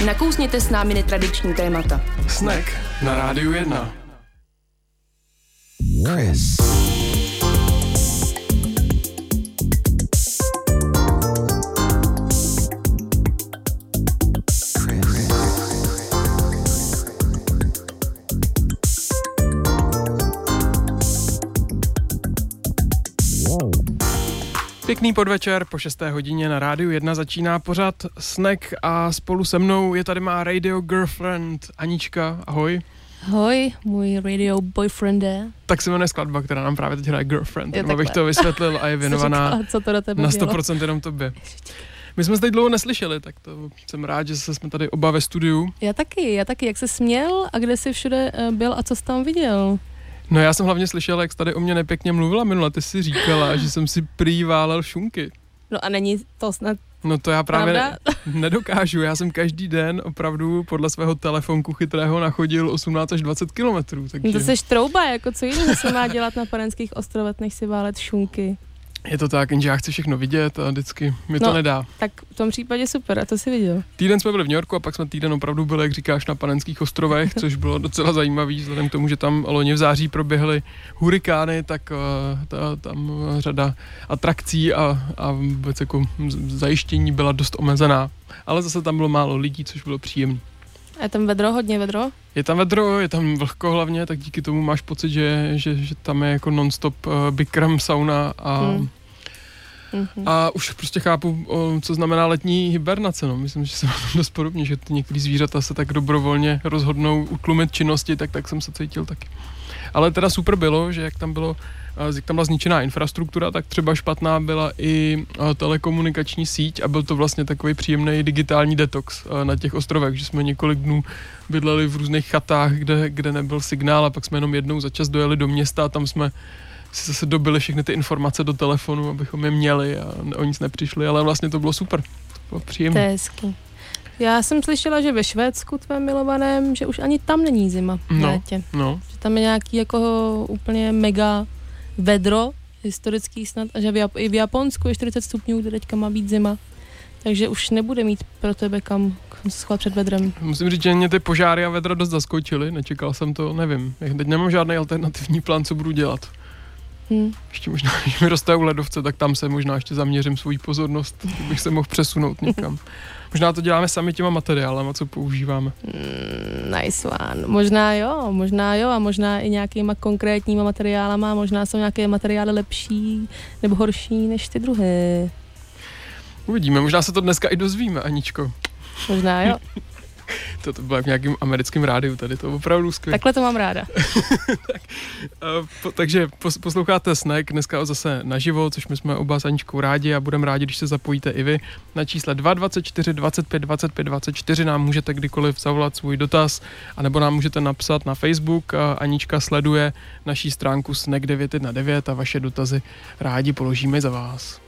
Nakousněte s námi netradiční témata. Snack na Rádiu 1. Chris. Pěkný podvečer, po 6. hodině na Rádiu 1 začíná pořad Snack a spolu se mnou je tady má radio girlfriend Anička, ahoj. Ahoj, můj radio boyfriende. Tak se jmenuje skladba, která nám právě teď hraje Girlfriend, jenom abych to vysvětlil a je věnovaná na 100% jenom tobě. My jsme se teď dlouho neslyšeli, tak to jsem rád, že jsme tady oba ve studiu. Já taky, jak jsi směl a kde jsi všude byl a co jsi tam viděl? No já jsem hlavně slyšel, jak jsi tady o mě nepěkně mluvila minule, ty jsi říkala, že jsem si prý válel šunky. No a není to snad No to já právě nedokážu, já jsem každý den opravdu podle svého telefonku chytrého nachodil 18 až 20 kilometrů. Takže... To seš trouba, jako co jiného se má dělat na Panenských ostrovech, než si válet šunky. Je to tak, jenže já chci všechno vidět a vždycky mi to nedá. Tak v tom případě super, a to si viděl. Týden jsme byli v New Yorku a pak jsme týden opravdu byli, jak říkáš, na Panenských ostrovech, což bylo docela zajímavý, vzhledem k tomu, že tam loni v září proběhly hurikány, tak tam řada atrakcí a vůbec jako zajištění byla dost omezená. Ale zase tam bylo málo lidí, což bylo příjemné. A je tam vedro, hodně vedro? Je tam vedro, je tam vlhko hlavně, tak díky tomu máš pocit, že tam je jako non-stop Bikram sauna a už prostě chápu, co znamená letní hibernace. No. Myslím, že jsem dost podobně, že některý zvířata se tak dobrovolně rozhodnou utlumit činnosti, tak jsem se cítil taky. Ale teda super bylo, že jak tam byla zničená infrastruktura, tak třeba špatná byla i telekomunikační síť a byl to vlastně takový příjemný digitální detox na těch ostrovech, že jsme několik dnů bydleli v různých chatách, kde nebyl signál a pak jsme jenom jednou za čas dojeli do města a tam jsme si zase dobili všechny ty informace do telefonu, abychom je měli a o nic nepřišli, ale vlastně to bylo super, to bylo příjemné. To je hezky. Já jsem slyšela, že ve Švédsku tvém milovaném, že už ani tam není zima v létě. No. Že tam je nějaký jako úplně mega vedro, historický snad, a že i v Japonsku je 40 stupňů, kde teďka má být zima. Takže už nebude mít pro tebe kam schovat před vedrem. Musím říct, že mě ty požáry a vedra dost zaskočily, nečekal jsem to, nevím. Teď nemám žádný alternativní plán, co budu dělat. Ještě možná, když mi roztají ledovce, tak tam se možná ještě zaměřím svou pozornost, bych se mohl přesunout někam. Možná to děláme sami těma materiálama, co používáme. Nice one. Možná jo a možná i nějakýma konkrétníma materiálama, možná jsou nějaké materiály lepší nebo horší než ty druhé. Uvidíme, možná se to dneska i dozvíme, Aničko. Možná jo. To bylo v nějakém americkém rádiu tady, to opravdu skvělé. Takhle to mám ráda. Takže posloucháte Snack dneska zase naživo, což my jsme oba s Aničkou rádi a budeme rádi, když se zapojíte i vy. Na čísle 224 25 25 24 nám můžete kdykoliv zavolat svůj dotaz, anebo nám můžete napsat na Facebook. Anička sleduje naší stránku Snack 919 a vaše dotazy rádi položíme za vás.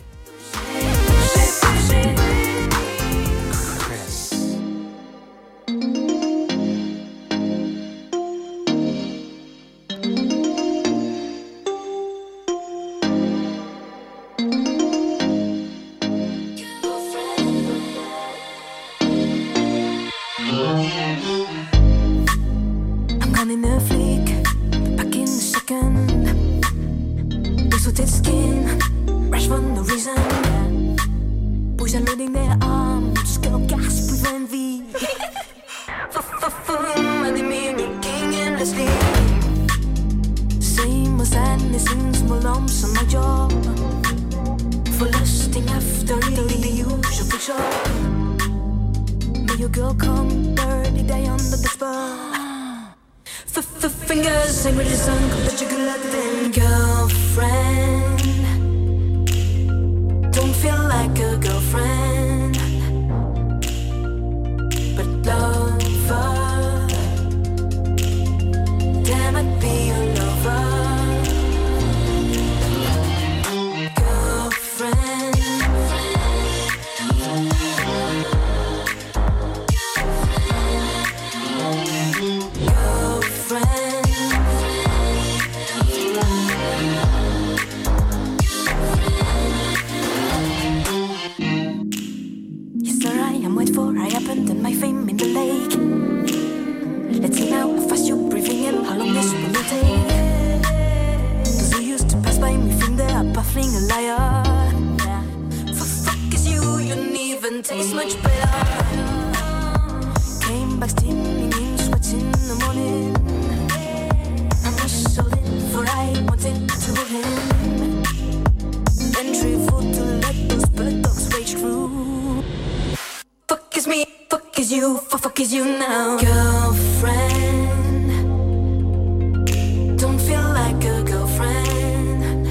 happened and my fame in the lake. Let's see now how fast you're breathing and how long this will take. Those who used to pass by me think they are baffling a liar. For fuck is you, you don't even taste much better. Came back steaming, sweats in the morning. I'm just so lit for I wanted to him. Then traveled to let those bird dogs rage through. Fuck is me, fuck is you, fuck is you now. Girlfriend, don't feel like a girlfriend,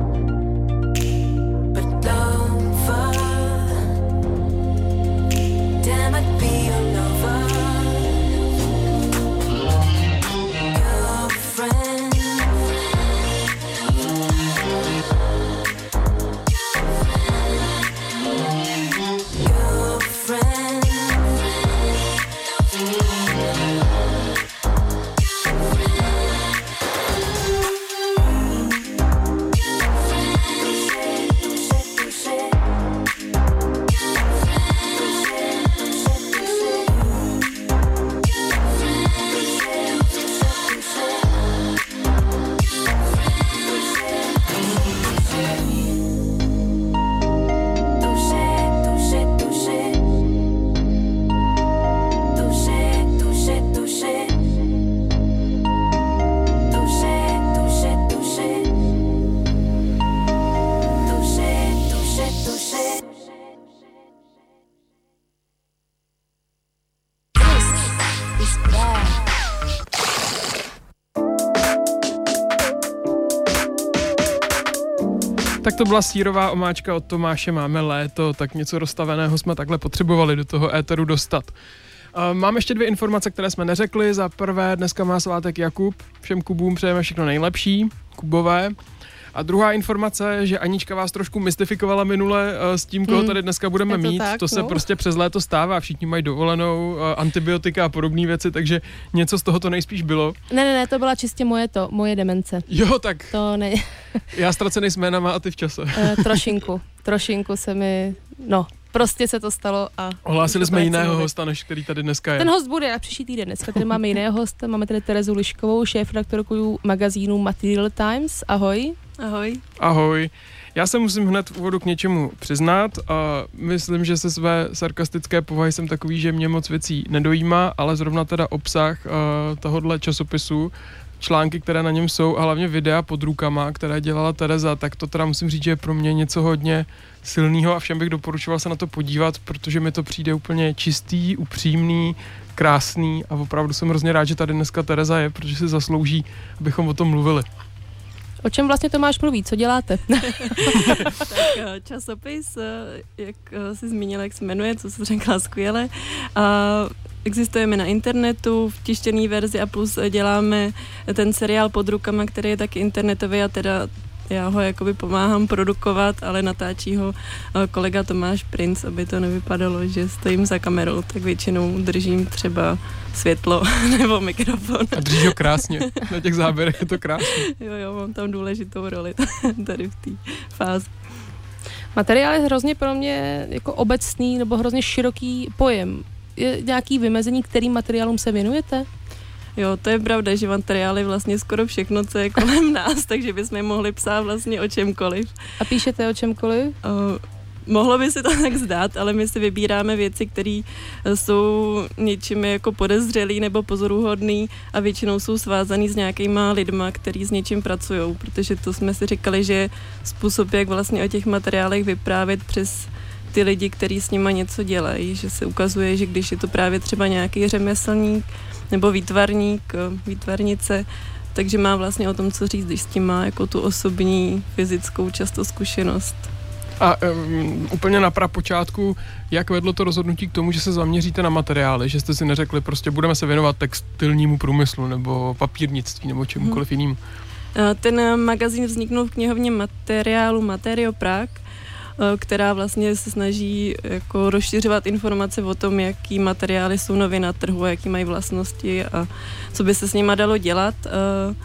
but lover, damn I'd be your lover. Girlfriend, Tak to byla sírová omáčka od Tomáše, máme léto, tak něco rozstaveného jsme takhle potřebovali do toho éteru dostat. Mám ještě 2 informace, které jsme neřekli. Za prvé, dneska má svátek Jakub, všem Kubům přejeme všechno nejlepší, Kubové. A druhá informace, že Anička vás trošku mystifikovala minule s tím, koho tady dneska budeme mít. Tak, to se prostě přes léto stává, všichni mají dovolenou, antibiotika a podobné věci, takže něco z toho to nejspíš bylo. Ne, to byla čistě moje demence. Jo, tak To ne... já ztracený s jménama a ty v čase. Trošinku se mi, prostě se to stalo a... Ohlásili jsme jiného hosta, než který tady dneska je. Ten host bude a příští týden. Dneska tady máme jiného hosta, máme tady Terezu Liškovou, šéfredaktorku magazínu Material Times. Ahoj. Ahoj. Ahoj. Já se musím hned v úvodu k něčemu přiznat a myslím, že se své sarkastické povahy jsem takový, že mě moc věcí nedojímá, ale zrovna teda obsah tohodle časopisu, články, které na něm jsou a hlavně videa pod rukama, které dělala Tereza, tak to teda musím říct, že je pro mě něco hodně silného a všem bych doporučoval se na to podívat, protože mi to přijde úplně čistý, upřímný, krásný a opravdu jsem hrozně rád, že tady dneska Tereza je, protože si zaslouží, abychom o tom mluvili. O čem vlastně Tomáš mluví? Co děláte? Tak časopis, jak jsi zmínila, jak se jmenuje, co jsi řekla skvěle. Existujeme na internetu v tištěné verzi a plus děláme ten seriál Pod rukama, který je taky internetový a teda já ho jakoby pomáhám produkovat, ale natáčí ho kolega Tomáš Princ, aby to nevypadalo, že stojím za kamerou, tak většinou držím třeba světlo nebo mikrofon. A drží ho krásně, na těch záběrech je to krásně. Jo, mám tam důležitou roli tady v té fázi. Materiál je hrozně pro mě jako obecný nebo hrozně široký pojem. Je nějaký vymezení, kterým materiálům se věnujete? Jo, to je pravda, že materiál je vlastně skoro všechno, co je kolem nás, takže bychom mohli psát vlastně o čemkoliv. A píšete o čemkoliv? Mohlo by se to tak zdát, ale my si vybíráme věci, které jsou něčím jako podezřelý nebo pozoruhodný a většinou jsou svázaný s nějakýma lidma, který s něčím pracují, protože to jsme si říkali, že je způsob, jak vlastně o těch materiálech vyprávět přes ty lidi, kteří s nima něco dělají, že se ukazuje, že když je to právě třeba nějaký řemeslník nebo výtvarník, výtvarnice, takže má vlastně o tom, co říct, když s tím má jako tu osobní, fyzickou často zkušenost. A úplně na prapočátku, jak vedlo to rozhodnutí k tomu, že se zaměříte na materiály, že jste si neřekli, prostě budeme se věnovat textilnímu průmyslu nebo papírnictví nebo čemukoliv jiným? Ten magazín vzniknul v knihovně materiálu Materio Prague, která vlastně se snaží jako rozšiřovat informace o tom, jaký materiály jsou nově na trhu, jaký mají vlastnosti a co by se s nima dalo dělat.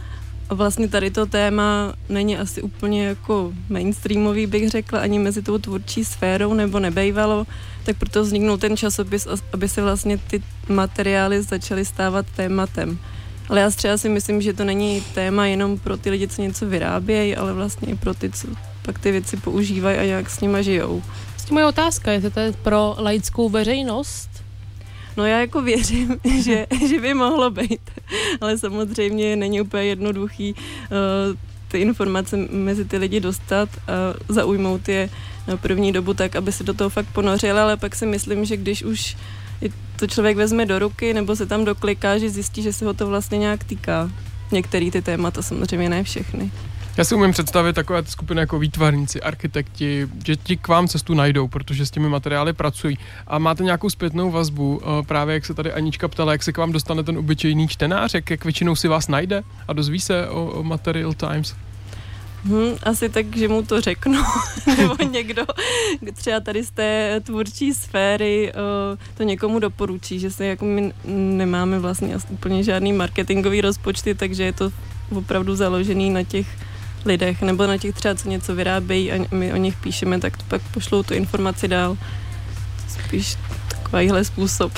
vlastně tady to téma není asi úplně jako mainstreamový, bych řekla, ani mezi tou tvůrčí sférou, nebo nebejvalo, tak proto vzniknul ten časopis, aby se vlastně ty materiály začaly stávat tématem. Ale já třeba si myslím, že to není téma jenom pro ty lidi, co něco vyrábějí, ale vlastně i pro ty, co pak ty věci používají a nějak s nima žijou. Moje otázka, jestli to je pro laickou veřejnost? No já jako věřím, že by mohlo být, ale samozřejmě není úplně jednoduchý ty informace mezi ty lidi dostat a zaujmout je na první dobu tak, aby se do toho fakt ponořil, ale pak si myslím, že když už to člověk vezme do ruky nebo se tam dokliká, že zjistí, že se ho to vlastně nějak týká. Některé ty témata, samozřejmě ne všechny. Já si umím představit takové ty skupiny jako výtvarníci, architekti, že ti k vám cestu najdou, protože s těmi materiály pracují. A máte nějakou zpětnou vazbu, právě jak se tady Anička ptala, jak se k vám dostane ten obyčejný čtenář, jak většinou si vás najde a dozví se o Material Times? Asi tak, že mu to řeknu, nebo někdo třeba tady z té tvůrčí sféry to někomu doporučí, že se jako my nemáme vlastně úplně žádný marketingový rozpočty, takže je to opravdu založený na těch lidech, nebo na těch třeba, co něco vyrábějí a my o nich píšeme, tak to pak pošlou tu informaci dál. Spíš takovýhle způsob.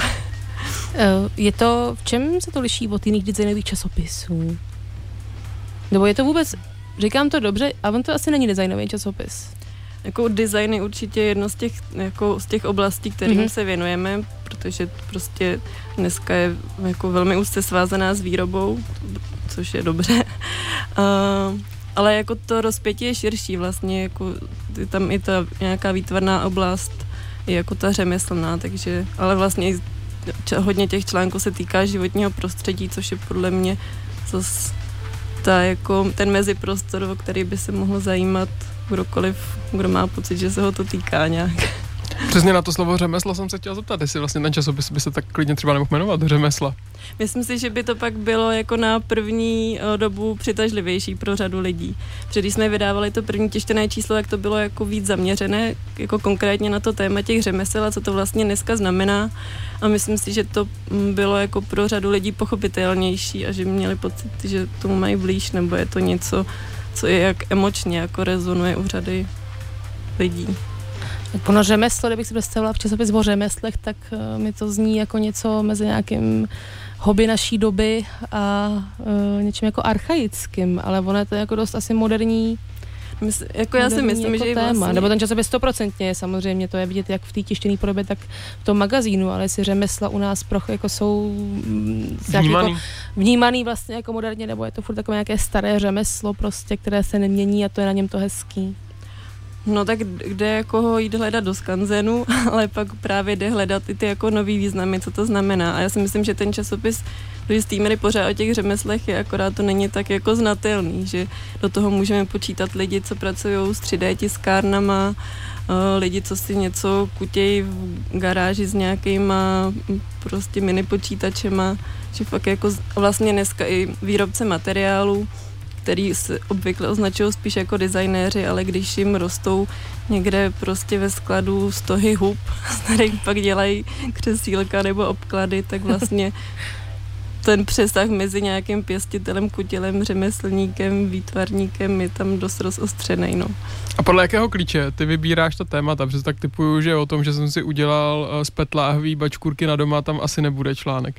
Je to, v čem se to liší od jiných designových časopisů? Nebo je to vůbec, říkám to dobře, a on to asi není designový časopis. Jako design je určitě jedno z těch oblastí, kterým se věnujeme, protože prostě dneska je jako velmi úzce svázaná s výrobou, což je dobře. Ale jako to rozpětí je širší vlastně, jako tam i ta nějaká výtvarná oblast, je jako ta řemeslná, takže, ale vlastně hodně těch článků se týká životního prostředí, což je podle mě zase jako ten meziprostor, o který by se mohl zajímat kdokoliv, kdo má pocit, že se ho to týká nějak. Přesně na to slovo řemeslo jsem se chtěla zeptat, jestli vlastně ten časopis by se tak klidně třeba nemohl jmenovat řemesla. Myslím si, že by to pak bylo jako na první dobu přitažlivější pro řadu lidí. Protože když jsme vydávali to první tištěné číslo, jak to bylo jako víc zaměřené, jako konkrétně na to téma těch řemesel a co to vlastně dneska znamená. A myslím si, že to bylo jako pro řadu lidí pochopitelnější a že měli pocit, že tomu mají blíž, nebo je to něco, co je jak emočně jako rezonuje u řady lidí. Ono řemeslo, kdybych si představila v časopis o řemeslech, tak mi to zní jako něco mezi nějakým hobby naší doby a něčím jako archaickým, ale ono je to jako dost asi moderní. Já si myslím, jako že téma. vlastně... Nebo ten časopis 100% je samozřejmě, to je vidět jak v té tištěné podobě, tak v tom magazínu, ale jestli řemesla u nás jako jsou vnímaný. Vnímaný vlastně jako moderně, nebo je to furt takové nějaké staré řemeslo prostě, které se nemění a to je na něm to hezký. No tak jde jako ho jít hledat do skanzenu, ale pak právě jde hledat i ty jako nový významy, co to znamená. A já si myslím, že ten časopis do jistý míry pořád o těch řemeslech je, akorát to není tak jako znatelný, že do toho můžeme počítat lidi, co pracují s 3D tiskárnama, lidi, co si něco kutějí v garáži s nějakýma prostě mini počítačema, že fakt jako vlastně dneska i výrobce materiálů, který se obvykle označují spíš jako designéři, ale když jim rostou někde prostě ve skladu stohy hub, z kterých pak dělají křesílka nebo obklady, tak vlastně ten přesah mezi nějakým pěstitelem, kutilem, řemeslníkem, výtvarníkem je tam dost rozostřenej, no. A podle jakého klíče ty vybíráš ta témata? Protože tak typuju, že o tom, že jsem si udělal z PET láhví bačkůrky na doma, tam asi nebude článek.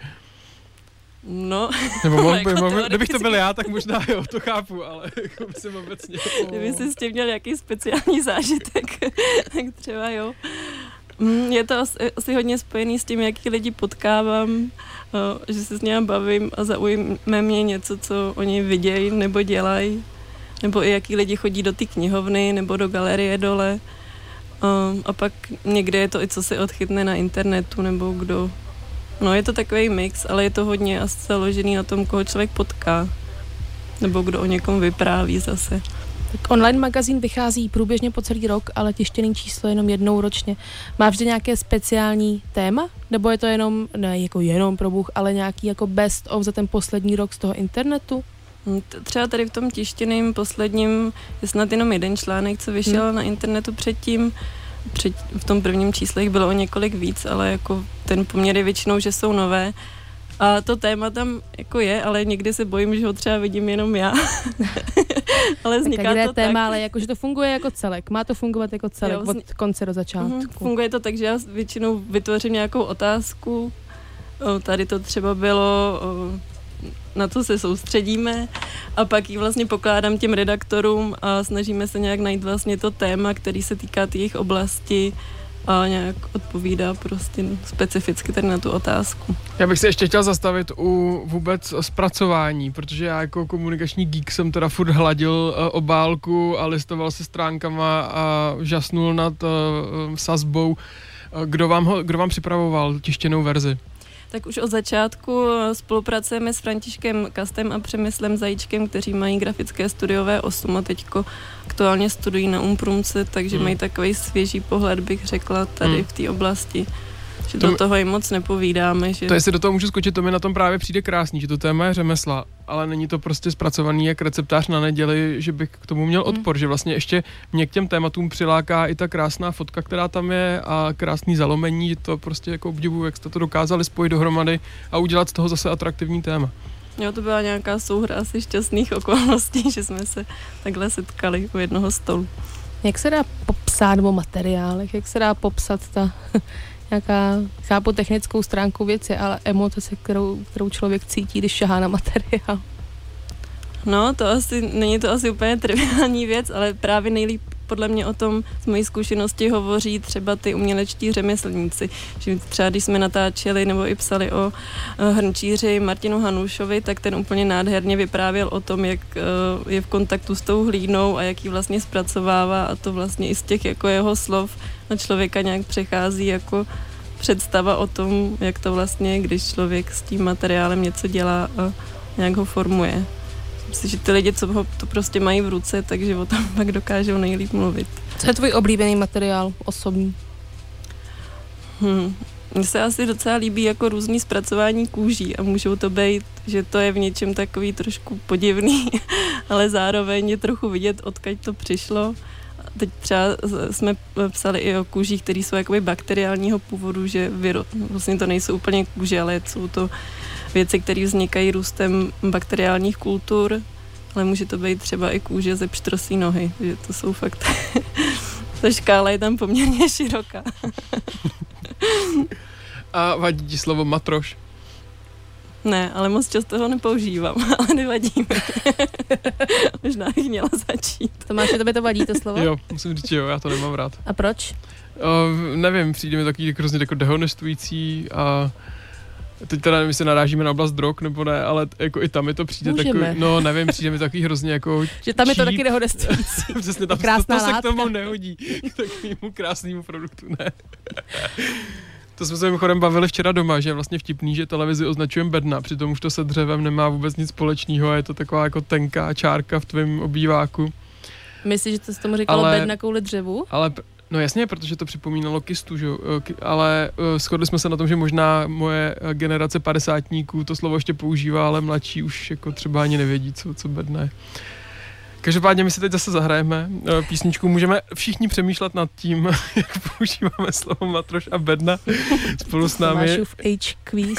No. Nebo kdybych to byl já, tak možná jo, to chápu, ale jako myslím obecně. Kdyby jsi s tím měl nějaký speciální zážitek, tak třeba jo. Je to asi hodně spojený s tím, jaký lidi potkávám, že se s nimi bavím a zaujme mě něco, co oni vidějí nebo dělají, nebo i jaký lidi chodí do té knihovny nebo do galerie dole. A pak někde je to i co se odchytne na internetu nebo kdo. No je to takový mix, ale je to hodně asi založený na tom, koho člověk potká. Nebo kdo o někom vypráví zase. Tak online magazín vychází průběžně po celý rok, ale tištěný číslo jenom jednou ročně. Má vždy nějaké speciální téma? Nebo je to jenom, ne jako jenom pro Bůh, ale nějaký jako best of za ten poslední rok z toho internetu? Třeba tady v tom tištěným posledním je snad jenom jeden článek, co vyšel na internetu předtím. V tom prvním čísle jich bylo o několik víc, ale jako ten poměr je většinou, že jsou nové. A to téma tam jako je, ale někdy se bojím, že ho třeba vidím jenom já. Ale vzniká to téma, tak. Ale jakože to funguje jako celek. Má to fungovat jako celek od konce do začátku. Funguje to tak, že já většinou vytvořím nějakou otázku. Tady to třeba bylo, na co se soustředíme, a pak ji vlastně pokládám těm redaktorům a snažíme se nějak najít vlastně to téma, který se týká jejich oblasti a nějak odpovídá prostě specificky tady na tu otázku. Já bych se ještě chtěl zastavit u vůbec zpracování, protože já jako komunikační geek jsem teda furt hladil obálku a listoval se stránkama a žasnul nad sazbou. Kdo vám připravoval tištěnou verzi? Tak už od začátku spolupracujeme s Františkem Kastem a Přemyslem Zajíčkem, kteří mají grafické studiové 8 a teďko aktuálně studují na Umprumce, takže mají takový svěží pohled, bych řekla, tady v té oblasti. Že do toho jim moc nepovídáme. Že... To jestli do toho můžu skočit, to mi na tom právě přijde krásný, že to téma je řemesla, ale není to prostě zpracovaný jak receptář na neděli, že bych k tomu měl odpor, že vlastně ještě mě k těm tématům přiláká i ta krásná fotka, která tam je a krásný zalomení, že to prostě jako obdivuju, jak jste to dokázali spojit dohromady a udělat z toho zase atraktivní téma. Jo, to byla nějaká souhra asi šťastných okolností, že jsme se takhle setkali u jednoho stolu. Jak se dá popsat o materiálech, jak se dá popsat ta nějaká, chápu technickou stránku věci, ale emoce, kterou člověk cítí, když šahá na materiál. No, není to asi úplně triviální věc, ale právě nejlíp podle mě o tom z mojí zkušenosti hovoří třeba ty umělečtí řemeslníci. Že třeba když jsme natáčeli nebo i psali o hrnčíři Martinu Hanušovi, tak ten úplně nádherně vyprávěl o tom, jak je v kontaktu s tou hlínou a jak ji vlastně zpracovává, a to vlastně i z těch jako jeho slov na člověka nějak přechází jako představa o tom, jak to vlastně, když člověk s tím materiálem něco dělá a nějak ho formuje. Myslím, že ty lidi, co ho to prostě mají v ruce, takže o tom pak dokážou nejlíp mluvit. Co je tvůj oblíbený materiál osobní? Mně se asi docela líbí jako různý zpracování kůží a můžou to být, že to je v něčem takový trošku podivný, ale zároveň je trochu vidět, odkud to přišlo. Teď třeba jsme psali i o kůžích, které jsou jakoby bakteriálního původu, že vlastně to nejsou úplně kůže, ale jsou to věci, které vznikají růstem bakteriálních kultur, ale může to být třeba i kůže ze pštrosí nohy, že to jsou fakt... Ta škála je tam poměrně široká. A vadí ti slovo matroš? Ne, ale moc často ho nepoužívám, ale nevadí mi. Možná bych měla začít. Tomáši, tobě to vadí, to slovo? Jo, musím říct, jo, já to nemám rád. A proč? Nevím, přijde mi takový hrozně jako dehonestující a teď teda nevím, jestli narážíme na oblast drog nebo ne, ale jako i tam mi to přijde takový, no nevím, přijde mi takový hrozně jako že tam je to taky dehonestující. Přesně, tam krásná to se k tomu nehodí, k takovému krásnému produktu, ne. To jsme se mimochodem bavili včera doma, že je vlastně vtipný, že televizi označujeme bedna, přitom už to se dřevem nemá vůbec nic společného a je to taková jako tenká čárka v tvém obýváku. Myslíš, že to z tomu říkalo bedna kvůli dřevu? Ale no jasně, protože to připomínalo kistu, že? Ale shodli jsme se na tom, že možná moje generace padesátníků to slovo ještě používá, ale mladší už jako třeba ani nevědí, co bedna je. Každopádně my si teď zase zahrajeme písničku. Můžeme všichni přemýšlet nad tím, jak používáme slovo matroš a bedna. Spolu s námi... Mášův age quiz.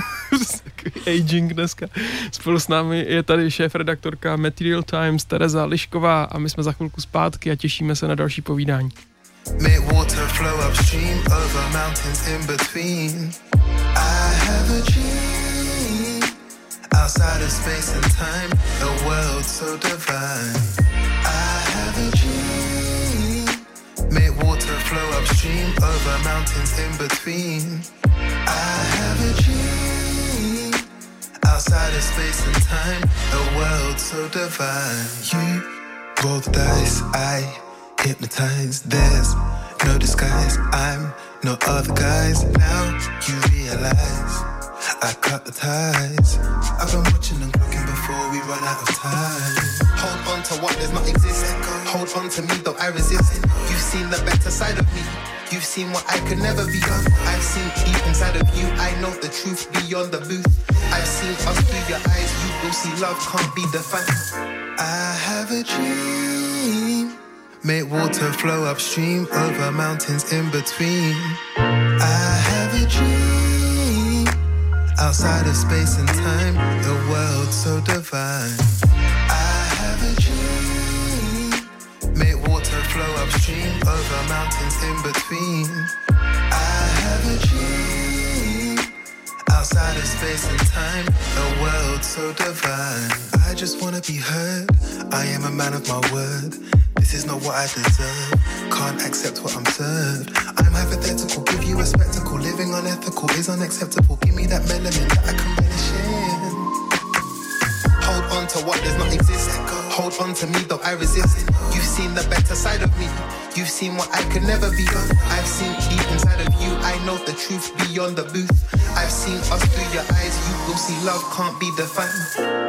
Aging dneska. Spolu s námi je tady šéfredaktorka Material Times Tereza Lišková a my jsme za chvilku zpátky a těšíme se na další povídání. Make water flow upstream over mountains in between. I have a dream outside of space and time, a world so divine. I have a dream. Make water flow upstream over mountains in between. I have a dream outside of space and time, a world so divine. You roll the dice, I hypnotized, there's no disguise, I'm no other guys. Now you realize I cut the ties. I've been watching and looking before we run out of time. Hold on to what does not exist. Hold on to me though I resist. You've seen the better side of me. You've seen what I could never be. I've seen deep inside of you. I know the truth beyond the booth. I've seen us through your eyes. You will see love can't be defined. I have a dream. Make water flow upstream over mountains in between. I have a dream Outside of space and time, the world so divine. I have a dream, make water flow upstream over mountains in between. I have a dream, outside of space and time, a world so divine. I just wanna be heard, I am a man of my word. This is not what I deserve, can't accept what I'm served. I'm hypothetical, give you a spectacle. Living unethical is unacceptable. Give me that melanin that I can relish in. Hold on to what does not exist. Hold on to me though I resist. You've seen the better side of me. You've seen what I could never be. I've seen deep inside of you. I know the truth beyond the booth. I've seen us through your eyes. You will see love can't be defined.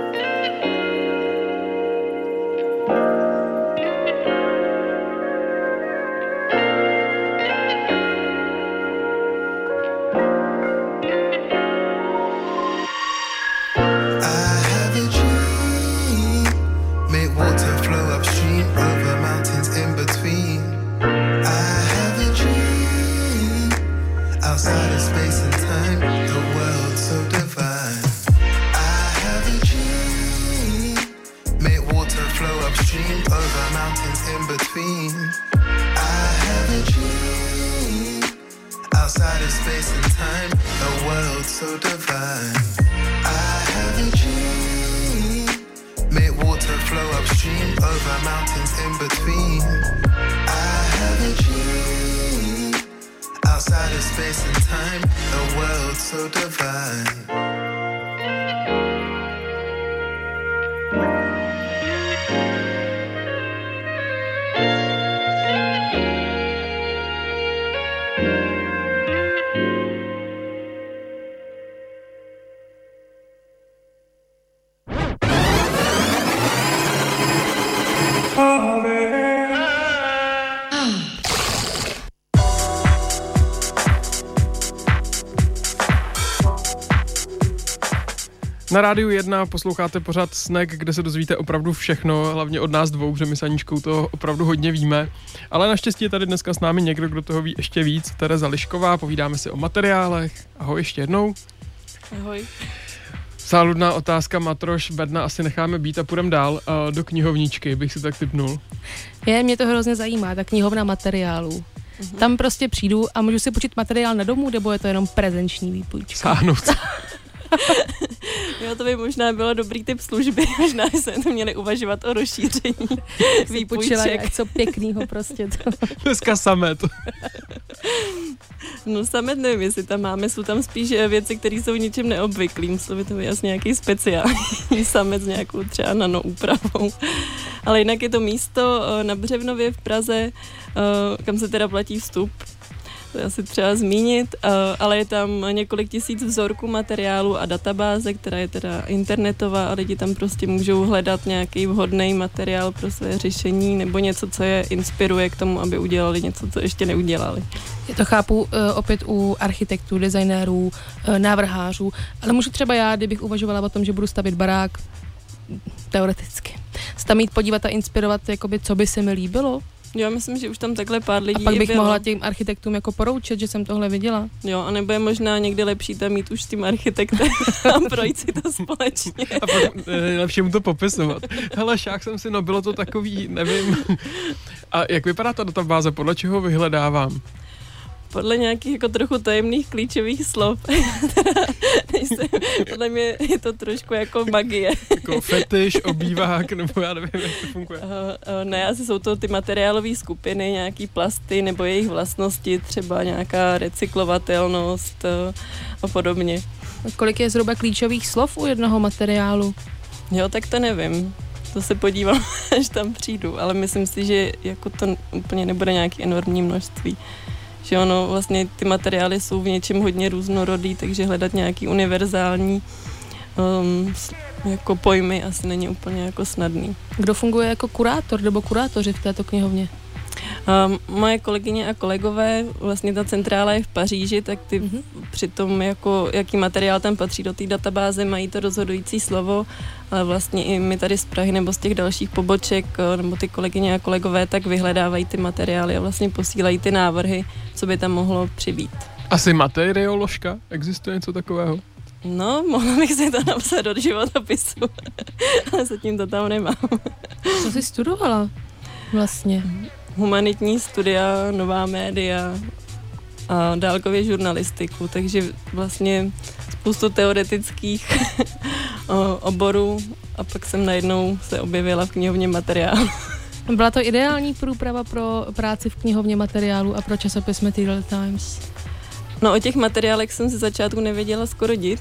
Na Rádiu 1 posloucháte pořád Snack, kde se dozvíte opravdu všechno, hlavně od nás dvou, protože my s Aničkou to opravdu hodně víme. Ale naštěstí je tady dneska s námi někdo, kdo toho ví ještě víc, Tereza Lišková, povídáme si o materiálech. Ahoj ještě jednou. Ahoj. Záludná otázka, Matroš, Bedna asi necháme být a půjdeme dál do knihovničky, bych si tak tipnul. Mě to hrozně zajímá, ta knihovna materiálů. Tam prostě přijdu a můžu si počít materiál na domů, nebo je to jenom prezenční výpůjčka? Sáhnout. Jo, to by možná bylo dobrý typ služby, možná jsme to měli uvažovat o rozšíření výpůjček. Co pěknýho prostě to. Dneska samet. No samet nevím, jestli tam máme, jsou tam spíš věci, které jsou ničím neobvyklým, musel by to být asi nějaký speciální samet s nějakou třeba nanoúpravou. Ale jinak je to místo na Břevnově v Praze, kam se teda platí vstup. To je asi třeba zmínit, ale je tam několik tisíc vzorků materiálu a databáze, která je teda internetová a lidi tam prostě můžou hledat nějaký vhodný materiál pro své řešení nebo něco, co je inspiruje k tomu, aby udělali něco, co ještě neudělali. Já to chápu opět u architektů, designérů, návrhářů, ale můžu třeba já, kdybych uvažovala o tom, že budu stavět barák, teoreticky, se tam jít podívat a inspirovat, jakoby, co by se mi líbilo. Jo, myslím, že už tam takhle pár lidí a pak bych bylo. mohla těm architektům jako poroučet, že jsem tohle viděla. Jo, a nebo je možná někdy lepší tam mít už s tím architektem a projít si to společně. A pak lepší mu to popisovat. Hele, šák jsem si, no bylo to takový, nevím. A jak vypadá ta databáze, podle čeho vyhledávám? Podle nějakých jako trochu tajemných klíčových slov. Podle mě je to trošku jako magie. Jako fetiš, obývák, nebo já nevím, jak to funguje. Ne, asi jsou to ty materiálové skupiny, nějaký plasty nebo jejich vlastnosti, třeba nějaká recyklovatelnost a podobně. Kolik je zhruba klíčových slov u jednoho materiálu? Jo, tak to nevím. To se podívám, až tam přijdu, ale myslím si, že jako to úplně nebude nějaký enormní množství. Že ono vlastně ty materiály jsou v něčem hodně různorodý, takže hledat nějaký univerzální jako pojmy asi není úplně jako snadný. Kdo funguje jako kurátor nebo kurátoři v této knihovně? Moje kolegyně a kolegové, vlastně ta centrála je v Paříži, tak ty při tom, jako, jaký materiál tam patří do té databáze, mají to rozhodující slovo, ale vlastně i my tady z Prahy nebo z těch dalších poboček, nebo ty kolegyně a kolegové, tak vyhledávají ty materiály a vlastně posílají ty návrhy, co by tam mohlo přibýt. Asi materioložka? Existuje něco takového? No, mohla bych si to napsat do životopisu, ale zatím to tam nemám. Co jsi studovala vlastně? Humanitní studia, nová média a dálkově žurnalistiku, takže vlastně spoustu teoretických oborů a pak jsem najednou se objevila v knihovně materiálu. Byla to ideální průprava pro práci v knihovně materiálu a pro časopis Material Times? No, o těch materiálech jsem ze začátku nevěděla skoro nic,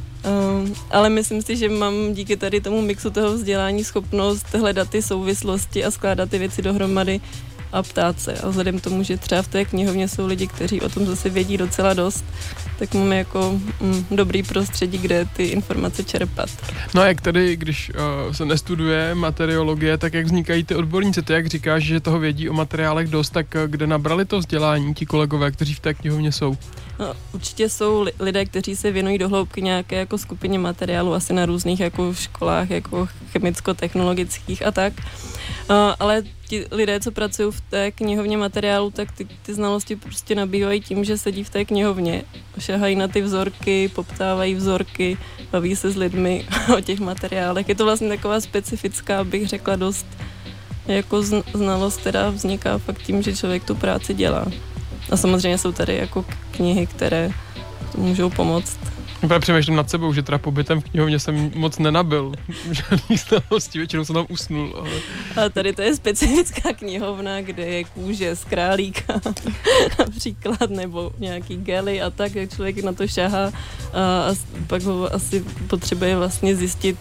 ale myslím si, že mám díky tady tomu mixu toho vzdělání schopnost hledat ty souvislosti a skládat ty věci dohromady a ptát se. A vzhledem k tomu, že třeba v té knihovně jsou lidi, kteří o tom zase vědí docela dost, tak máme jako dobrý prostředí, kde ty informace čerpat. No a jak tedy, když se nestuduje materiologie, tak jak vznikají ty odborníci? Ty jak říkáš, že toho vědí o materiálech dost, tak kde nabrali to vzdělání ti kolegové, kteří v té knihovně jsou? No, určitě jsou lidé, kteří se věnují do hloubky nějaké jako skupině materiálu, asi na různých jako školách, jako chemicko-technologických a tak. Ale ti lidé, co pracují v té knihovně materiálu, tak ty znalosti prostě nabývají tím, že sedí v té knihovně, šahají na ty vzorky, poptávají vzorky, baví se s lidmi o těch materiálech. Je to vlastně taková specifická, bych řekla, dost jako znalost, která vzniká fakt tím, že člověk tu práci dělá. A samozřejmě jsou tady jako knihy, které můžou pomoct. Já přemýšlím nad sebou, že teda pobytem v knihovně jsem moc nenabil žádný znalosti, většinou jsem tam usnul. Ale tady to je specifická knihovna, kde je kůže z králíka například, nebo nějaký gely a tak, jak člověk na to šahá a pak ho asi potřebuje vlastně zjistit,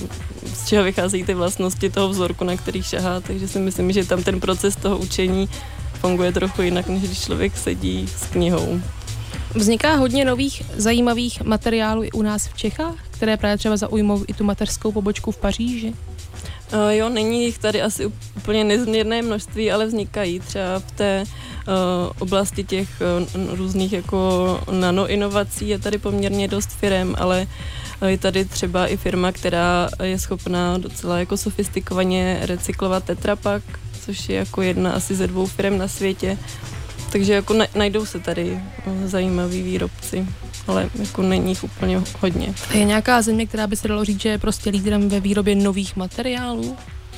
z čeho vycházejí ty vlastnosti toho vzorku, na který šahá, takže si myslím, že tam ten proces toho učení funguje trochu jinak, než když člověk sedí s knihou. Vzniká hodně nových zajímavých materiálů i u nás v Čechách, které právě třeba zaujmou i tu mateřskou pobočku v Paříži? Jo, není jich tady asi úplně nezměrné množství, ale vznikají třeba v té oblasti těch různých jako nanoinovací je tady poměrně dost firem, ale je tady třeba i firma, která je schopná docela jako sofistikovaně recyklovat Tetra Pak, což je jako jedna asi ze 2 firem na světě. Takže jako najdou se tady zajímaví výrobci, ale jako není jich úplně hodně. Je nějaká země, která by se dalo říct, že je prostě lídrem ve výrobě nových materiálů?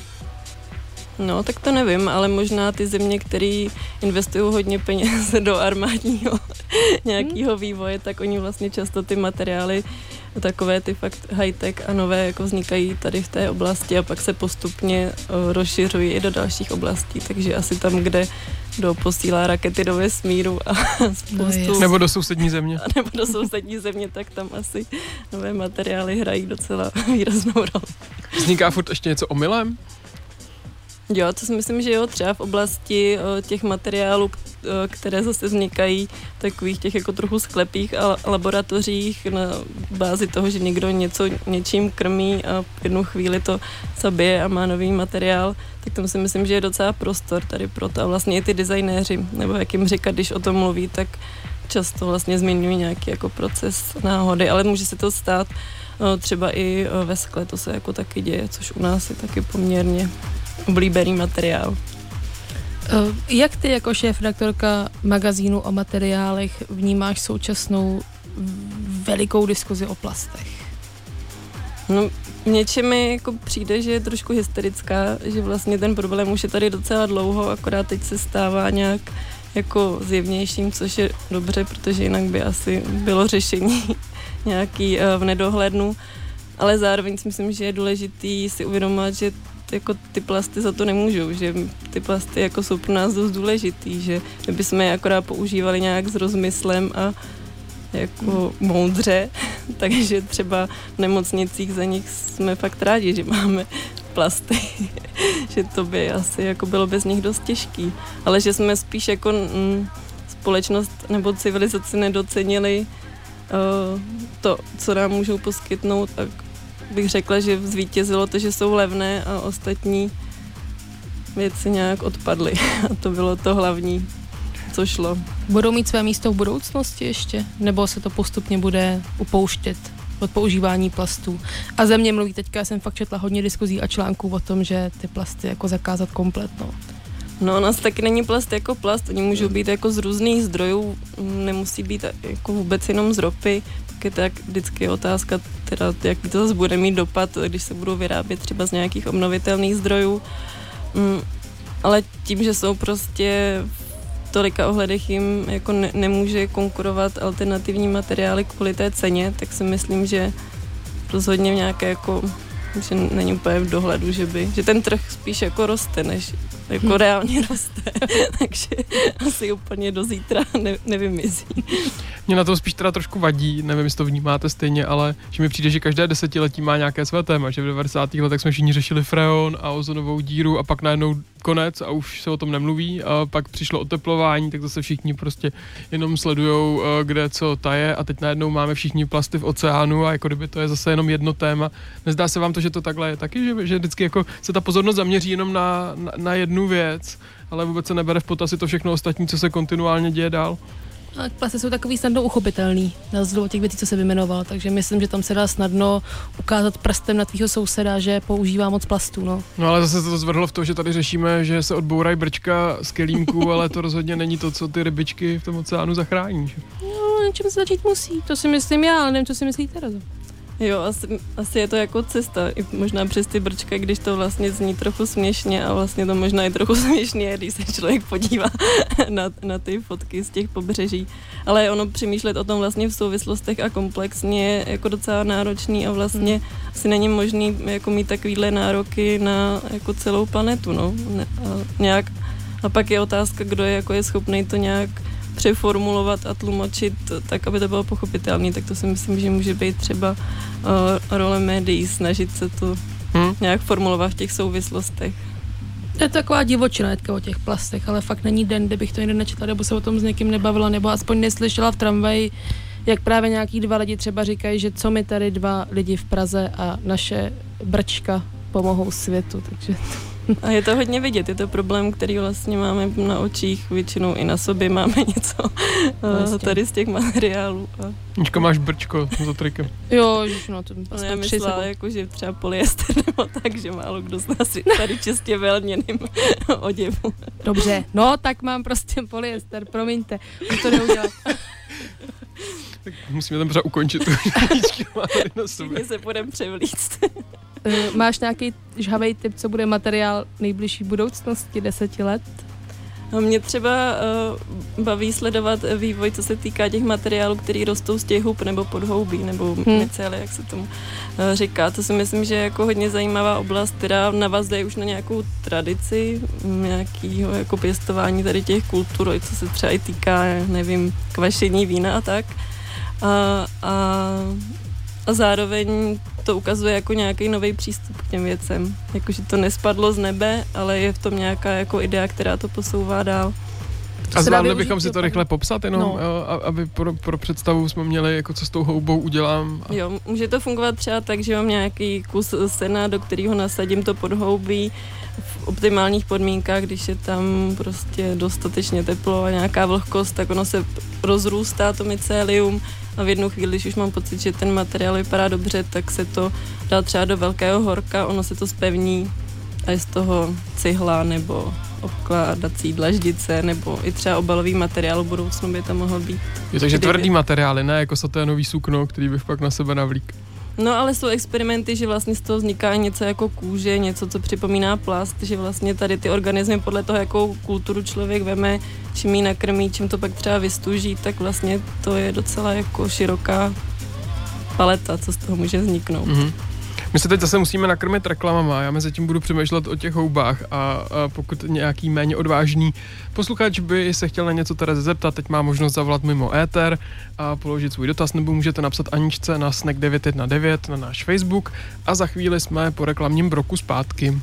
No, tak to nevím, ale možná ty země, které investují hodně peněz do armádního nějakého vývoje, tak oni vlastně často ty materiály, takové ty fakt high-tech a nové jako vznikají tady v té oblasti a pak se postupně rozšiřují i do dalších oblastí, takže asi tam, kde posílá rakety do vesmíru a spoustu... Nebo do sousední země. Nebo do sousední země, tak tam asi nové materiály hrají docela výraznou roli. Vzniká furt ještě něco omylem? Jo, to si myslím, že jo, třeba v oblasti těch materiálů, které zase vznikají v takových těch jako trochu sklepích a laboratořích na bázi toho, že někdo něco něčím krmí a v jednu chvíli to zabije a má nový materiál, tak tam si myslím, že je docela prostor tady pro to. A vlastně i ty designéři, nebo jak jim říkat, když o tom mluví, tak často vlastně zmiňují nějaký jako proces náhody, ale může se to stát třeba i ve skle, to se jako taky děje, což u nás je taky poměrně oblíbený materiál. Jak ty jako šéfredaktorka magazínu o materiálech vnímáš současnou velikou diskuzi o plastech? No, něčem mi jako přijde, že je trošku hysterická, že vlastně ten problém už je tady docela dlouho, akorát teď se stává nějak jako zjevnějším, což je dobře, protože jinak by asi bylo řešení nějaký v nedohlednu, ale zároveň si myslím, že je důležitý si uvědomovat, že jako ty plasty za to nemůžou, že ty plasty jako jsou pro nás dost důležitý, že my bychom je akorát používali nějak s rozmyslem a jako moudře, takže třeba v nemocnicích za nich jsme fakt rádi, že máme plasty, že to by asi jako bylo bez nich dost těžký, ale že jsme spíš jako společnost nebo civilizaci nedocenili to, co nám můžou poskytnout, tak bych řekla, že zvítězilo to, že jsou levné a ostatní věci nějak odpadly. A to bylo to hlavní, co šlo. Budou mít své místo v budoucnosti ještě? Nebo se to postupně bude upouštět od používání plastů? A ze mě mluví teďka, já jsem fakt četla hodně diskuzí a článků o tom, že ty plasty jako zakázat kompletno. No, nás taky není plast jako plast, oni můžou být jako z různých zdrojů, nemusí být jako vůbec jenom z ropy, tak je tak vždycky otázka, teda, jaký to zase bude mít dopad, když se budou vyrábět třeba z nějakých obnovitelných zdrojů, ale tím, že jsou prostě v tolika ohledech jim jako nemůže konkurovat alternativní materiály kvůli té ceně, tak si myslím, že rozhodně v nějaké jako, že není úplně v dohledu, že ten trh spíš jako roste, než jako reálně roste, takže asi úplně do zítra nevymizí. Mě na to spíš teda trošku vadí, nevím, jestli to vnímáte stejně, ale že mi přijde, že každé desetiletí má nějaké své téma, že v 90. letech jsme všichni řešili freon a ozonovou díru a pak najednou konec a už se o tom nemluví a pak přišlo oteplování, tak zase všichni prostě jenom sledujou, kde co taje a teď najednou máme všichni plasty v oceánu a jako kdyby to je zase jenom jedno téma. Nezdá se vám to, že to takhle je taky, že vždycky jako se ta pozornost zaměří jenom na jednu věc, ale vůbec se nebere v potaz i to všechno ostatní, co se kontinuálně děje dál? A plasty jsou takový snadno uchopitelný, na rozdíl od těch věcí, co se vymenoval, takže myslím, že tam se dá snadno ukázat prstem na tvýho souseda, že používá moc plastů, no. No ale zase se to zvrhlo v to, že tady řešíme, že se odbourají brčka z kelímků, ale to rozhodně není to, co ty rybičky v tom oceánu zachrání, že? No, něčem se začít musí, to si myslím já, ale nevím, co si myslíte, Tereza. Jo, asi je to jako cesta, i možná přes ty brčka, když to vlastně zní trochu směšně a vlastně to možná je trochu směšně, když se člověk podívá na ty fotky z těch pobřeží. Ale ono přemýšlet o tom vlastně v souvislostech a komplexně je jako docela náročný a vlastně asi není možný jako mít takovýhle nároky na jako celou planetu, no. A pak je otázka, kdo je schopný to nějak přeformulovat a tlumočit tak, aby to bylo pochopitelné, tak to si myslím, že může být třeba role médií, snažit se to nějak formulovat v těch souvislostech. Je to taková divočina o těch plastech, ale fakt není den, kde bych to někde nečetla, nebo se o tom s někým nebavila, nebo aspoň neslyšela v tramvaji, jak právě nějaký dva lidi třeba říkají, že co mi tady dva lidi v Praze a naše brčka pomohou světu, takže... A je to hodně vidět, je to problém, který vlastně máme na očích, většinou i na sobě máme něco tady z těch materiálů. Nička, máš brčko za trikem. Jo, no to já myslela, jako, že třeba polyester nebo tak, že málo kdo z nás tady čistě ve lněným oděvu. Dobře, no tak mám prostě polyester, promiňte, už to neudělat. Tak musíme tam třeba ukončit. Všichni se budeme převlíct. Máš nějaký žhavej tip, co bude materiál nejbližší budoucnosti 10 let? Mě třeba baví sledovat vývoj, co se týká těch materiálů, který rostou z těch hub nebo podhoubí, nebo mycely, jak se tomu říká. To si myslím, že je jako hodně zajímavá oblast, která navazuje už na nějakou tradici, nějakého jako pěstování tady těch kultur, co se třeba i týká, nevím, kvašení vína a tak. A zároveň to ukazuje jako nějaký nový přístup k těm věcem. Jakože to nespadlo z nebe, ale je v tom nějaká jako idea, která to posouvá dál. A zvládli bychom si to rychle popsat jenom, no. Aby pro představu jsme měli, jako co s tou houbou udělám. Jo, může to fungovat třeba tak, že mám nějaký kus sena, do kterého nasadím to podhoubí v optimálních podmínkách, když je tam prostě dostatečně teplo a nějaká vlhkost, tak ono se rozrůstá to mycelium a v jednu chvíli, když už mám pocit, že ten materiál vypadá dobře, tak se to dá třeba do velkého horka, ono se to zpevní a je z toho cihla nebo obkládací dlaždice nebo i třeba obalový materiál v budoucnu by to mohl být. Takže tvrdý materiály, ne jako saténový sukno, který bych pak na sebe navlík. No ale jsou experimenty, že vlastně z toho vzniká něco jako kůže, něco, co připomíná plast, že vlastně tady ty organismy podle toho, jakou kulturu člověk veme, čím ji nakrmí, čím to pak třeba vystuží, tak vlastně to je docela jako široká paleta, co z toho může vzniknout. Mm-hmm. My se teď zase musíme nakrmit reklamama, já mezi tím budu přemýšlet o těch houbách a pokud nějaký méně odvážný posluchač by se chtěl na něco Terezy zeptat, teď má možnost zavolat mimo éter a položit svůj dotaz, nebo můžete napsat Aničce na Snack 919 na náš Facebook a za chvíli jsme po reklamním bloku zpátky.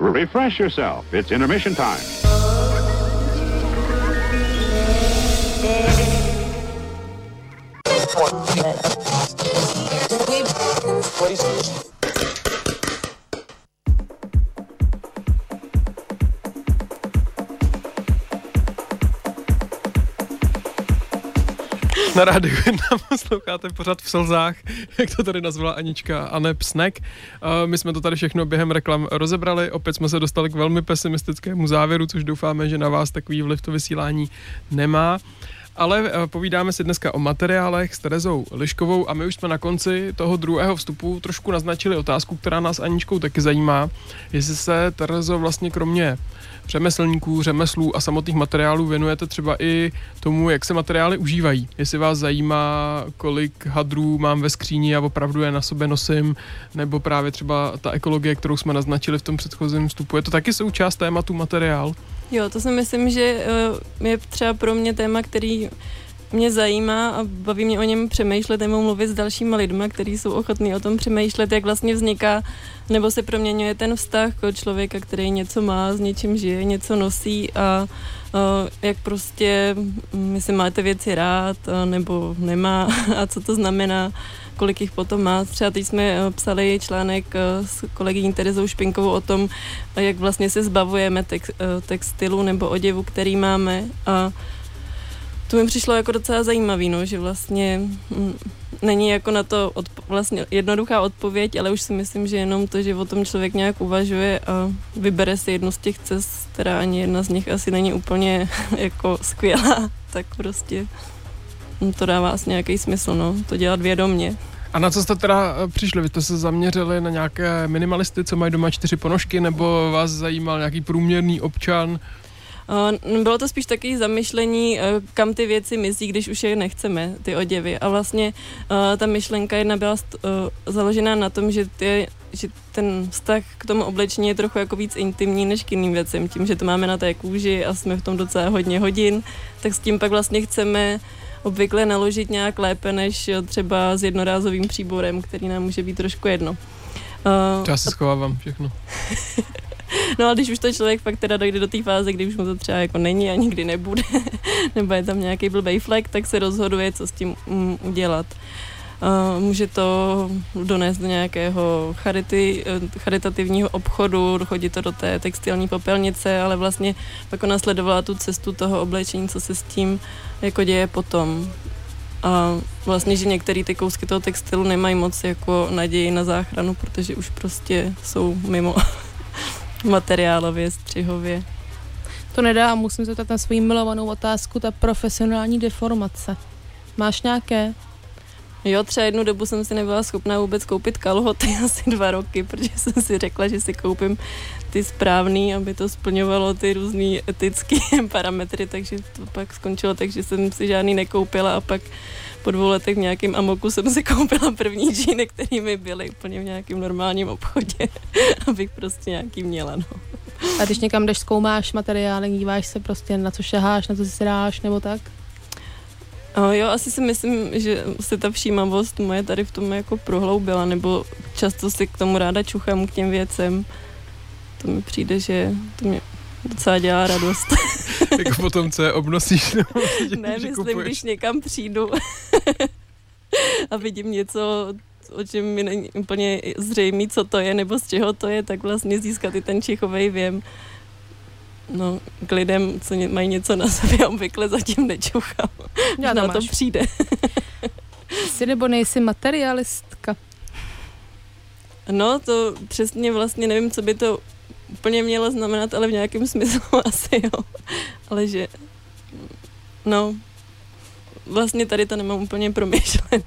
Refresh yourself. It's intermission time. Na Rádiu 1 posloucháte pořád v slzách, jak to tady nazvala Anička a ne Psnek. My jsme to tady všechno během reklam rozebrali, opět jsme se dostali k velmi pesimistickému závěru, což doufáme, že na vás takový vliv to vysílání nemá. Ale povídáme si dneska o materiálech s Terezou Liškovou a my už jsme na konci toho druhého vstupu trošku naznačili otázku, která nás Aničkou taky zajímá. Jestli se, Terezo, vlastně kromě řemeslníků, řemeslů a samotných materiálů věnujete třeba i tomu, jak se materiály užívají. Jestli vás zajímá, kolik hadrů mám ve skříni a opravdu je na sobě nosím, nebo právě třeba ta ekologie, kterou jsme naznačili v tom předchozím vstupu. Je to taky součást tématu materiál? Jo, to si myslím, že je třeba pro mě téma, který mě zajímá a baví mě o něm přemýšlet nebo mluvit s dalšíma lidma, kteří jsou ochotní o tom přemýšlet, jak vlastně vzniká nebo se proměňuje ten vztah člověka, který něco má, s něčím žije, něco nosí a jak prostě, jestli máte věci rád nebo nemá a co to znamená, kolik jich potom má. Třeba teď jsme psali článek s kolegyní Terezou Špinkovou o tom, jak vlastně se zbavujeme textilu nebo oděvu, který máme a to mi přišlo jako docela zajímavý, no, že vlastně není jako na to vlastně jednoduchá odpověď, ale už si myslím, že jenom to, že o tom člověk nějak uvažuje a vybere si jednu z těch cest, která ani jedna z nich asi není úplně jako skvělá, tak prostě to dává asi nějaký smysl, no, to dělat vědomně. A na co jste teda přišli? Vy jste se zaměřili na nějaké minimalisty, co mají doma 4 ponožky, nebo vás zajímal nějaký průměrný občan? Bylo to spíš takové zamyšlení, kam ty věci mizí, když už je nechceme, ty oděvy. A vlastně ta myšlenka jedna byla založená na tom, že ten vztah k tomu oblečení je trochu jako víc intimní než k jiným věcem. Tím, že to máme na té kůži a jsme v tom docela hodně hodin, tak s tím pak vlastně chceme obvykle naložit nějak lépe, než třeba s jednorázovým příborem, který nám může být trošku jedno. Já si schovávám všechno. No a když už to člověk fakt teda dojde do té fáze, kdy už mu to třeba jako není a nikdy nebude, nebo je tam nějaký blbej flek, tak se rozhoduje, co s tím udělat. Může to donést do nějakého charitativního obchodu, dochodí to do té textilní popelnice, ale vlastně pak ona sledovala tu cestu toho oblečení, co se s tím jako děje potom. A vlastně, že některé ty kousky toho textilu nemají moc jako naději na záchranu, protože už prostě jsou mimo materiálově, střihově. To nedá, musím se ptat na svou milovanou otázku, ta profesionální deformace. Máš nějaké? Jo, třeba jednu dobu jsem si nebyla schopná vůbec koupit kalhoty, asi 2 roky, protože jsem si řekla, že si koupím ty správný, aby to splňovalo ty různý etické parametry, takže to pak skončilo tak, že jsem si žádný nekoupila a pak po 2 letech v nějakém amoku jsem si koupila první džíny, které mi byly úplně v nějakém normálním obchodě, abych prostě nějaký měla, no. A když někam jdeš, zkoumáš materiály, díváš se prostě na co šaháš, na co si dáš, nebo tak? Jo, asi si myslím, že se ta všímavost moje tady v tom jako prohloubila, nebo často si k tomu ráda čuchám k těm věcem. To mi přijde, že to mě docela dělá radost. Jako potom, co je obnosíš? Ne, myslím, když někam přijdu a vidím něco, o čem mi není úplně zřejmé, co to je, nebo z čeho to je, tak vlastně získat i ten čichovej věm. No, k lidem, co mají něco na sobě, obvykle zatím nečuchám. Já na to přijde. Jsi nebo nejsi materialistka? No, to přesně vlastně nevím, co by to úplně mělo znamenat, ale v nějakém smyslu asi, jo. Ale že, no, vlastně tady to nemám úplně promyšlený.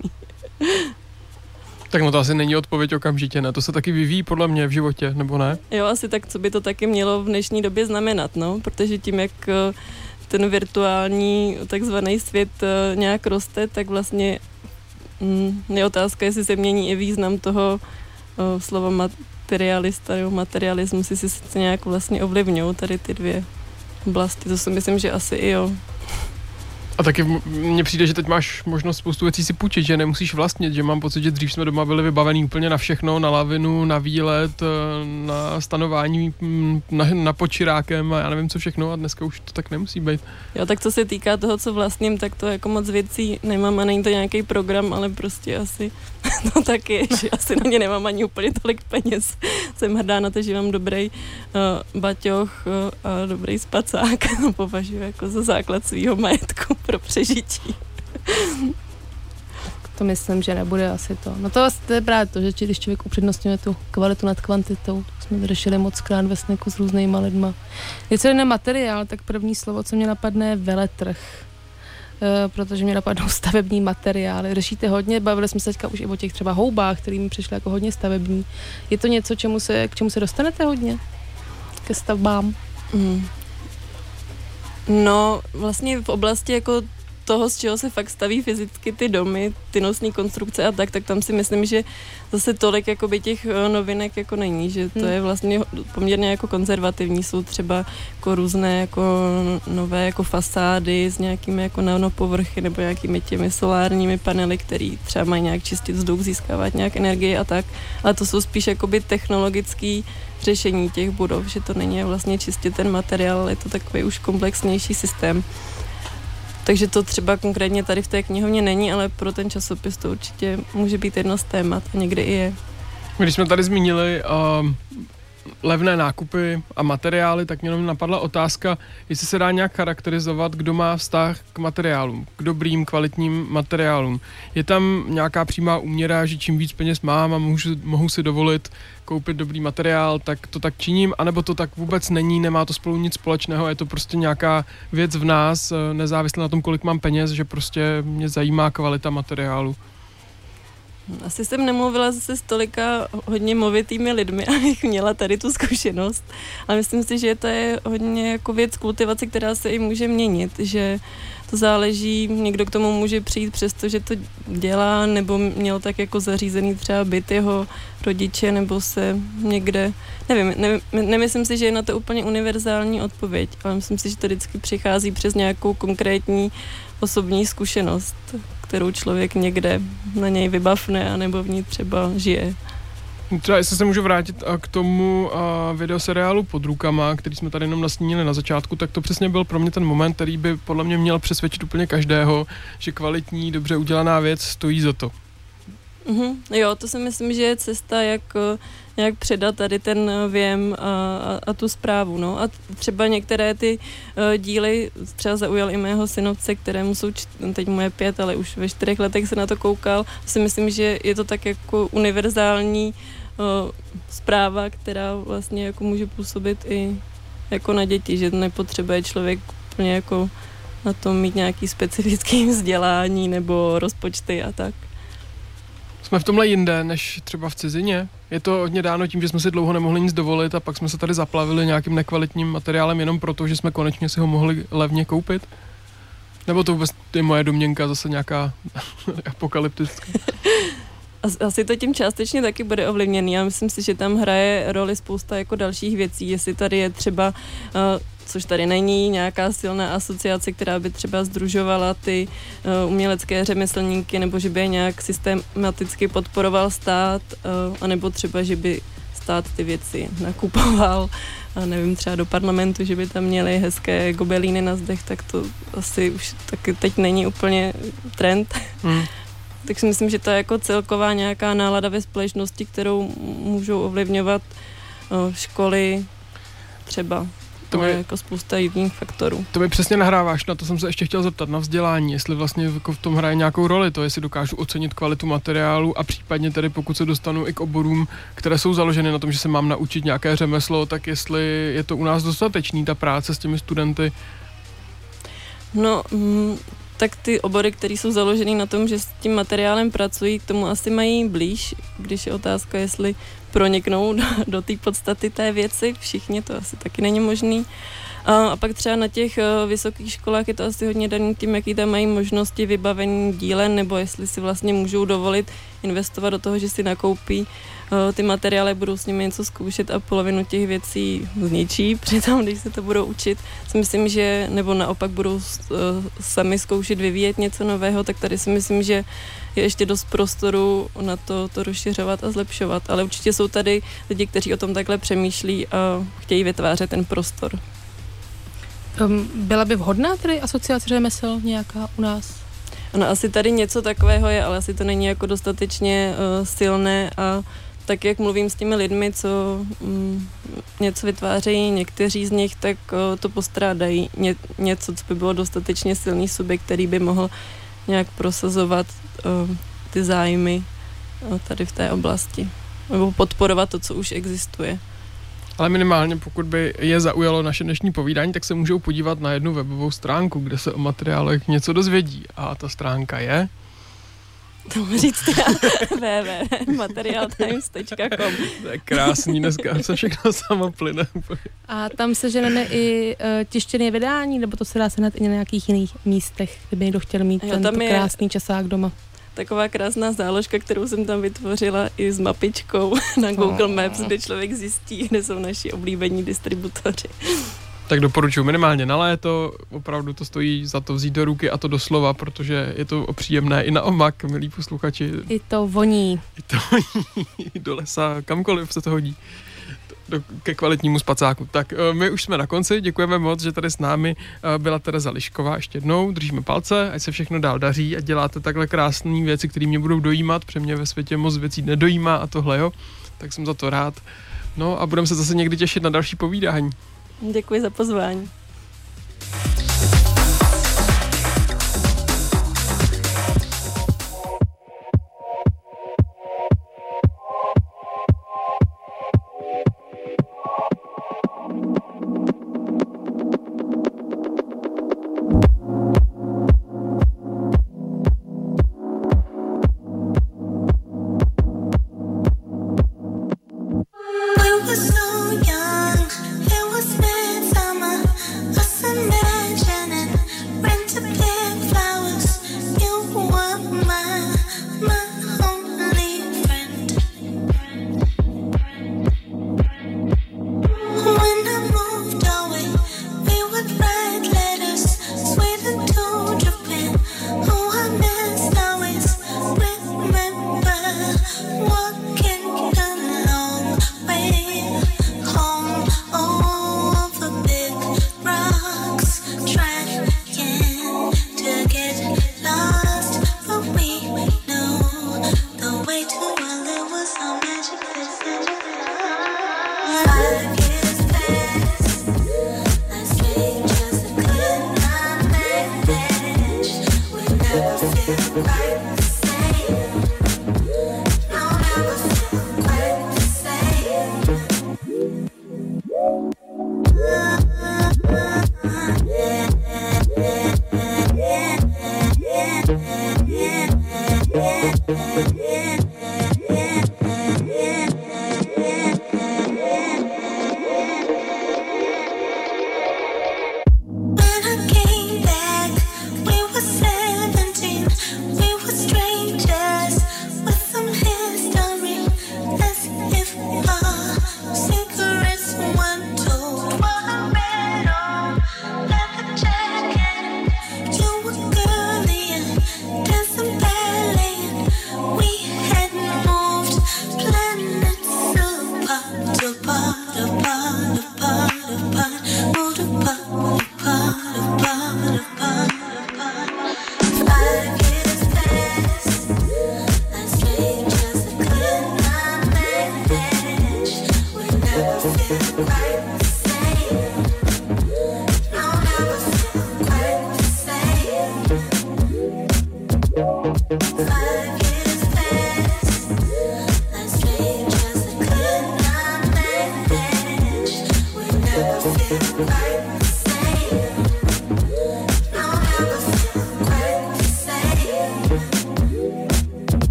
Tak no to asi není odpověď okamžitě, ne? To se taky vyvíjí podle mě v životě, nebo ne? Jo, asi tak, co by to taky mělo v dnešní době znamenat, no, protože tím, jak ten virtuální takzvaný svět nějak roste, tak vlastně je otázka, jestli se mění i význam toho slova materialista nebo materialismus, jestli se nějak vlastně ovlivňují tady ty 2 oblasti, to si myslím, že asi i jo. A taky mně přijde, že teď máš možnost spoustu věcí si půjčit, že nemusíš vlastnit, že mám pocit, že dřív jsme doma byli vybavený úplně na všechno, na lavinu, na výlet, na stanování, na počirákem a já nevím co všechno a dneska už to tak nemusí být. Jo, tak co se týká toho, co vlastním, tak to jako moc věcí nemám a není to nějaký program, ale prostě asi to tak je, že asi na ně nemám ani úplně tolik peněz. Jsem hrdá na to, že mám dobrý baťoch a dobrý spacák. Považuji jako za základ svýho majetku pro přežití. To myslím, že nebude asi to. No to je právě to, že když člověk upřednostňuje tu kvalitu nad kvantitou, to jsme vyřešili moc krát ve sněku s různýma lidma. Něco jiné materiál, tak první slovo, co mě napadne, je veletrh. Protože mě napadnou stavební materiály. Řešíte hodně, bavili jsme se teďka už i o těch třeba houbách, který mi přišly jako hodně stavební. Je to něco, k čemu se dostanete hodně? Ke stavbám? No, vlastně v oblasti jako toho, z čeho se fakt staví fyzicky ty domy, ty nosné konstrukce a tak tam si myslím, že zase tolik jakoby těch novinek jako není, že to je vlastně poměrně jako konzervativní, jsou třeba jako různé jako nové jako fasády s nějakými jako nanopovrchy nebo nějakými těmi solárními panely, který třeba mají nějak čistit vzduch, získávat nějak energii a tak, ale to jsou spíš jakoby technologický řešení těch budov, že to není vlastně čistě ten materiál, ale je to takový už komplexnější systém. Takže to třeba konkrétně tady v té knihovně není, ale pro ten časopis to určitě může být jedno z témat a někdy i je. Když jsme tady zmínili levné nákupy a materiály, tak mě jenom napadla otázka, jestli se dá nějak charakterizovat, kdo má vztah k materiálům, k dobrým, kvalitním materiálům. Je tam nějaká přímá úměra, že čím víc peněz mám a mohu si dovolit koupit dobrý materiál, tak to tak činím, anebo to tak vůbec není, nemá to spolu nic společného, je to prostě nějaká věc v nás, nezávisle na tom, kolik mám peněz, že prostě mě zajímá kvalita materiálu. Asi jsem nemluvila zase s tolika hodně movitými lidmi, abych měla tady tu zkušenost, ale myslím si, že to je hodně jako věc kultivace, která se i může měnit, že to záleží, někdo k tomu může přijít přesto, že to dělá, nebo měl tak jako zařízený třeba byt jeho rodiče, nebo se někde, nevím, nemyslím si, že je na to úplně univerzální odpověď, ale myslím si, že to vždycky přichází přes nějakou konkrétní osobní zkušenost, kterou člověk někde na něj vybavne, anebo v ní třeba žije. Třeba jestli se můžu vrátit k tomu videoseriálu Pod rukama, který jsme tady jenom nastínili na začátku, tak to přesně byl pro mě ten moment, který by podle mě měl přesvědčit úplně každého, že kvalitní, dobře udělaná věc stojí za to. Jo, to si myslím, že je cesta, jak předat tady ten věm a tu zprávu. No. A třeba některé ty díly třeba zaujal i mého synovce, kterému jsou teď mu je 5, ale už ve 4 letech se na to koukal. Si myslím, že je to tak jako univerzální zpráva, která vlastně jako může působit i jako na děti, že nepotřebuje člověk úplně jako na tom mít nějaký specifický vzdělání nebo rozpočty a tak. Jsme v tomhle jinde, než třeba v cizině? Je to hodně dáno tím, že jsme si dlouho nemohli nic dovolit a pak jsme se tady zaplavili nějakým nekvalitním materiálem jenom proto, že jsme konečně si ho mohli levně koupit? Nebo to vůbec je moje domněnka zase nějaká apokalyptická? Asi to tím částečně taky bude ovlivněný. Já myslím si, že tam hraje roli spousta jako dalších věcí. Jestli tady je třeba, což tady není, nějaká silná asociace, která by třeba sdružovala ty umělecké řemeslníky, nebo že by je nějak systematicky podporoval stát, anebo třeba, že by stát ty věci nakupoval, a nevím, třeba do parlamentu, že by tam měli hezké gobelíny na zdech, tak to asi už taky teď není úplně trend. Tak si myslím, že to je jako celková nějaká nálada ve společnosti, kterou můžou ovlivňovat školy, třeba. To je jako spousta jiných faktorů. To mi přesně nahráváš, na to jsem se ještě chtěl zeptat, na vzdělání, jestli vlastně jako v tom hraje nějakou roli, to jestli dokážu ocenit kvalitu materiálu a případně tedy pokud se dostanu i k oborům, které jsou založeny na tom, že se mám naučit nějaké řemeslo, tak jestli je to u nás dostatečný, ta práce s těmi studenty. No, tak ty obory, které jsou založeny na tom, že s tím materiálem pracují, k tomu asi mají blíž, když je otázka, jestli proniknou do té podstaty té věci. Všichni, to asi taky není možný. A pak třeba na těch vysokých školách je to asi hodně daný tím, jaký tam mají možnosti vybavení dílen, nebo jestli si vlastně můžou dovolit investovat do toho, že si nakoupí ty materiály, budou s nimi něco zkoušet a polovinu těch věcí zničí, přitom když se to budou učit, si myslím, že, nebo naopak budou sami zkoušet vyvíjet něco nového, tak tady si myslím, že je ještě dost prostoru na to rozšiřovat a zlepšovat, ale určitě jsou tady lidi, kteří o tom takhle přemýšlí a chtějí vytvářet ten prostor. Byla by vhodná tedy asociace řemesel nějaká u nás? Ano, asi tady něco takového je, ale asi to není jako dostatečně silné a tak, jak mluvím s těmi lidmi, co něco vytvářejí, někteří z nich, tak to postrádají něco, co by bylo dostatečně silný subjekt, který by mohl nějak prosazovat ty zájmy tady v té oblasti. Nebo podporovat to, co už existuje. Ale minimálně, pokud by je zaujalo naše dnešní povídání, tak se můžou podívat na jednu webovou stránku, kde se o materiálech něco dozvědí. A ta stránka je... To můžu říct www.materialtimes.com. To je krásný, dneska se všechno samo plyne. A tam se ženeme i tištěné vydání, nebo to se dá sehnat i na nějakých jiných místech, kdyby někdo chtěl mít tento krásný časák doma. Taková krásná záložka, kterou jsem tam vytvořila i s mapičkou na Google Maps, kde člověk zjistí, kde jsou naši oblíbení distributoři. Tak doporučuji minimálně na léto, opravdu to stojí za to vzít do ruky a to doslova, protože je to příjemné i na omak, milí posluchači. I to voní. Do lesa, kamkoliv se to hodí. Ke kvalitnímu spacáku. Tak my už jsme na konci, děkujeme moc, že tady s námi byla Tereza Lišková ještě jednou, držíme palce, ať se všechno dál daří a děláte takhle krásné věci, které mě budou dojímat, protože mě ve světě moc věcí nedojímá a tohle, jo, tak jsem za to rád. No a budeme se zase někdy těšit na další povídání. Děkuji za pozvání.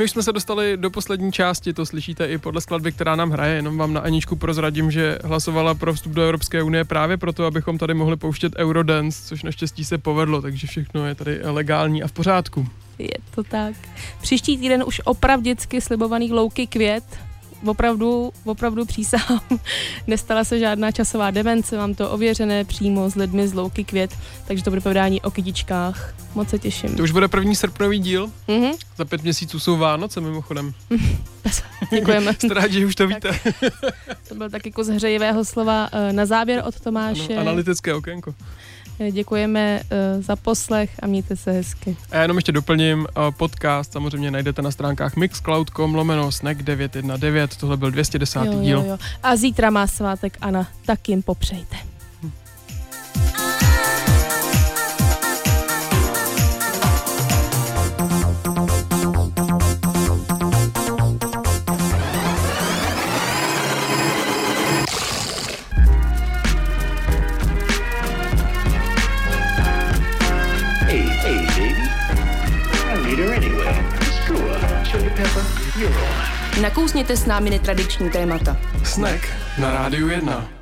My už jsme se dostali do poslední části, to slyšíte i podle skladby, která nám hraje, jenom vám na Aničku prozradím, že hlasovala pro vstup do Evropské unie právě proto, abychom tady mohli pouštět Eurodance, což naštěstí se povedlo, takže všechno je tady legální a v pořádku. Je to tak. Příští týden už opravdicky slibovaný Louky Květ. Opravdu přísahám. Nestala se žádná časová demence, mám to ověřené přímo s lidmi z Louky Květ, takže to bude povídání o kytičkách. Moc se těším. To už bude první srpnový díl. Za 5 měsíců jsou Vánoce mimochodem. Děkujeme. Jste rádi, že už to víte. To byl taky kus hřejivého slova na závěr od Tomáše. Analytické okénko. Děkujeme za poslech a mějte se hezky. A já jenom ještě doplním, podcast samozřejmě najdete na stránkách mixcloud.com/snack919. Tohle byl 210. díl. Jo. A zítra má svátek Anna, tak jim popřejte. Nakousněte s námi netradiční témata. Snack na Rádiu 1.